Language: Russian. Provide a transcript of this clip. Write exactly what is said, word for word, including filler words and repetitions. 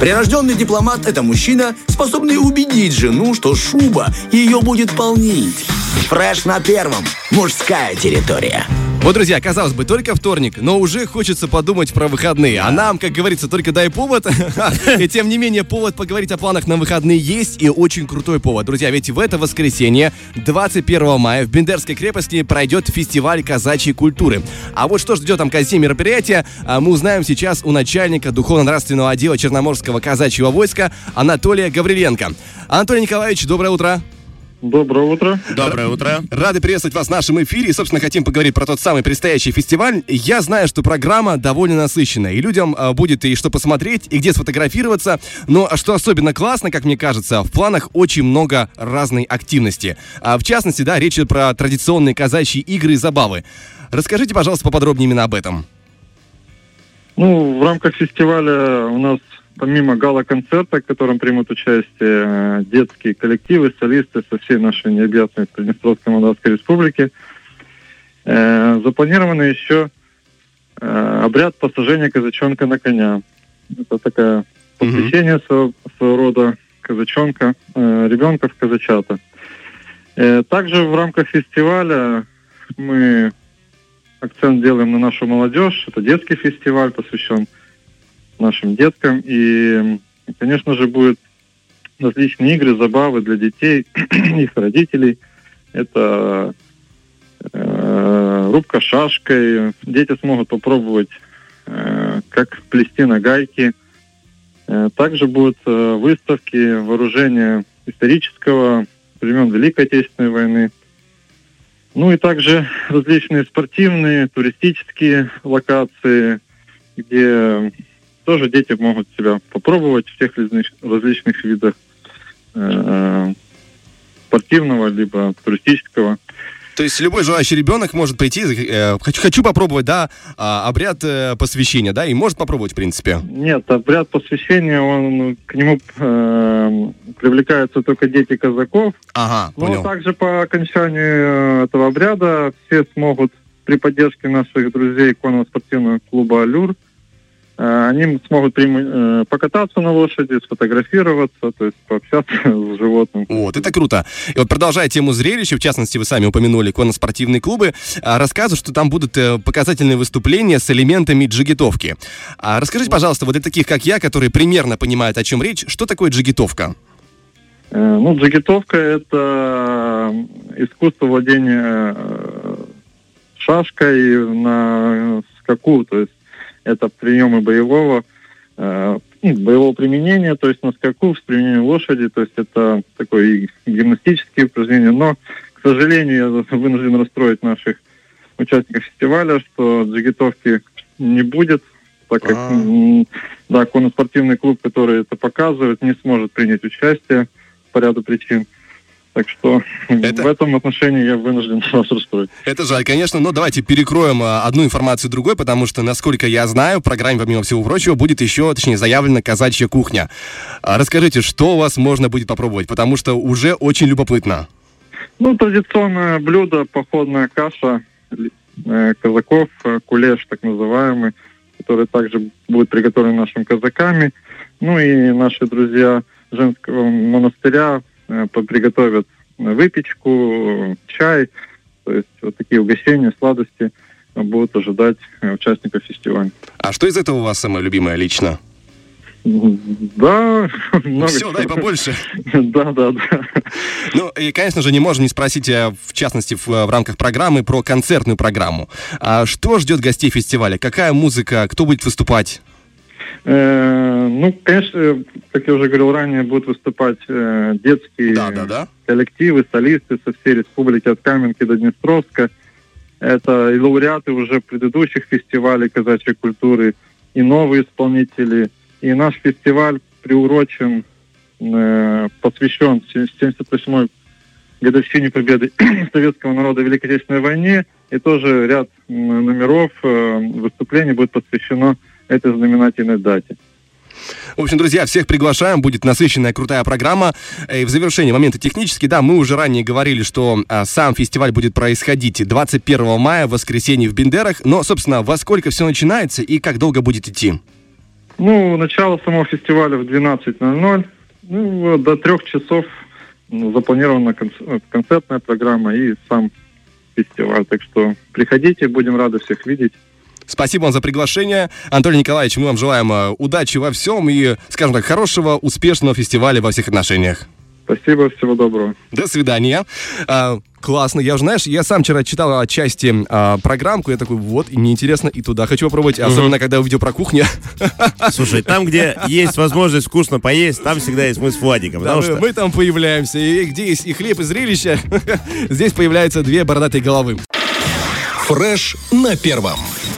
Прирожденный дипломат – это мужчина, способный убедить жену, что шуба ее будет полнить. Фреш на первом. Мужская территория. Вот, друзья, казалось бы, только вторник, но уже хочется подумать про выходные. А нам, как говорится, только дай повод. И тем не менее, повод поговорить о планах на выходные есть, и очень крутой повод. Друзья, ведь в это воскресенье, двадцать первого мая, в Бендерской крепости пройдет фестиваль казачьей культуры. А вот что ждет там казачье мероприятие, мы узнаем сейчас у начальника духовно-нравственного отдела Черноморского казачьего войска Анатолия Гавриленко. Анатолий Николаевич, доброе утро. Доброе утро. Доброе утро. Рады приветствовать вас в нашем эфире. И, собственно, хотим поговорить про тот самый предстоящий фестиваль. Я знаю, что программа довольно насыщенная. И людям а, будет и что посмотреть, и где сфотографироваться. Но что особенно классно, как мне кажется, в планах очень много разной активности. А, в частности, да, речь идет про традиционные казачьи игры и забавы. Расскажите, пожалуйста, поподробнее именно об этом. Ну, в рамках фестиваля у нас помимо гала-концерта, в котором примут участие детские коллективы, солисты со всей нашей необъятной Приднестровской Молдавской Республики, э, запланировано еще э, обряд посажения казачонка на коня. Это такое посвящение mm-hmm. своего, своего рода казачонка, э, ребенка в казачата. Э, также в рамках фестиваля мы акцент делаем на нашу молодежь. Это детский фестиваль, посвящен нашим деткам. И, конечно же, будут различные игры, забавы для детей, их родителей. Это э, рубка шашкой. Дети смогут попробовать, э, как плести на гайке. Э, также будут э, выставки вооружения исторического времен Великой Отечественной войны. Ну и также различные спортивные, туристические локации, где тоже дети могут себя попробовать в тех различных видах э, спортивного либо туристического. То есть любой желающий ребенок может прийти, э, хочу, хочу попробовать, да, э, обряд э, посвящения, да, и может попробовать, в принципе. Нет, обряд посвящения, он к нему э, привлекаются только дети казаков. Ага, понял. Но также по окончанию этого обряда все смогут при поддержке наших друзей конно-спортивного клуба «Аллюр», они смогут прим... покататься на лошади, сфотографироваться, то есть пообщаться с животным. Вот, это круто. И вот продолжая тему зрелища, в частности, вы сами упомянули конно-спортивные клубы, рассказывают, что там будут показательные выступления с элементами джигитовки. А расскажите, пожалуйста, вот для таких, как я, которые примерно понимают, о чем речь, что такое джигитовка? Ну, джигитовка — это искусство владения шашкой на скаку, то есть это приемы боевого, э, боевого применения, то есть на скаку, с применением лошади, то есть это такое гимнастические упражнения. Но, к сожалению, я вынужден расстроить наших участников фестиваля, что джигитовки не будет, так как А-а-а. да, конно-спортивный клуб, который это показывает, не сможет принять участие по ряду причин. Так что это... в этом отношении я вынужден вас расстроить. Это жаль, конечно, но давайте перекроем одну информацию другой, потому что, насколько я знаю, в программе, помимо всего прочего, будет еще, точнее, заявлена казачья кухня. Расскажите, что у вас можно будет попробовать, потому что уже очень любопытно. Ну, традиционное блюдо, походная каша э, казаков, кулеш так называемый, который также будет приготовлен нашими казаками. Ну и наши друзья женского монастыря приготовят выпечку, чай, то есть вот такие угощения, сладости будут ожидать участников фестиваля. А что из этого у вас самое любимое лично? Да, много Все, чего. дай побольше. Да, да, да. Ну, и, конечно же, не можем не спросить, в частности, в, в рамках программы, про концертную программу. А что ждет гостей фестиваля? Какая музыка? Кто будет выступать? Э, ну, конечно, как я уже говорил ранее, будут выступать э, детские да, да, да. коллективы, солисты со всей республики, от Каменки до Днестровска. Это и лауреаты уже предыдущих фестивалей казачьей культуры, и новые исполнители. И наш фестиваль приурочен, э, посвящен семьдесят восьмой годовщине победы советского народа в Великой Отечественной войне. И тоже ряд номеров э, выступлений будет посвящено этой знаменательной дате. В общем, друзья, всех приглашаем, будет насыщенная, крутая программа. И в завершении моменты технические, да, мы уже ранее говорили, что а, сам фестиваль будет происходить двадцать первого мая, в воскресенье в Бендерах. Но, собственно, во сколько все начинается и как долго будет идти? Ну, начало самого фестиваля в двенадцать ноль ноль. Ну, до трех часов ну, запланирована конц- концертная программа и сам фестиваль. Так что приходите, будем рады всех видеть. Спасибо вам за приглашение. Анатолий Николаевич, мы вам желаем э, удачи во всем и, скажем так, хорошего, успешного фестиваля во всех отношениях. Спасибо, всего доброго. До свидания. А, классно. Я уже, знаешь, я сам вчера читал отчасти а, программку, я такой, вот, и мне интересно, и туда хочу попробовать, угу. Особенно, когда увидел про кухню. Слушай, там, где есть возможность вкусно поесть, там всегда есть мы с Владиком. Да, мы, что... мы там появляемся, и где есть и хлеб, и зрелище, здесь появляются две бородатые головы. Фреш на первом.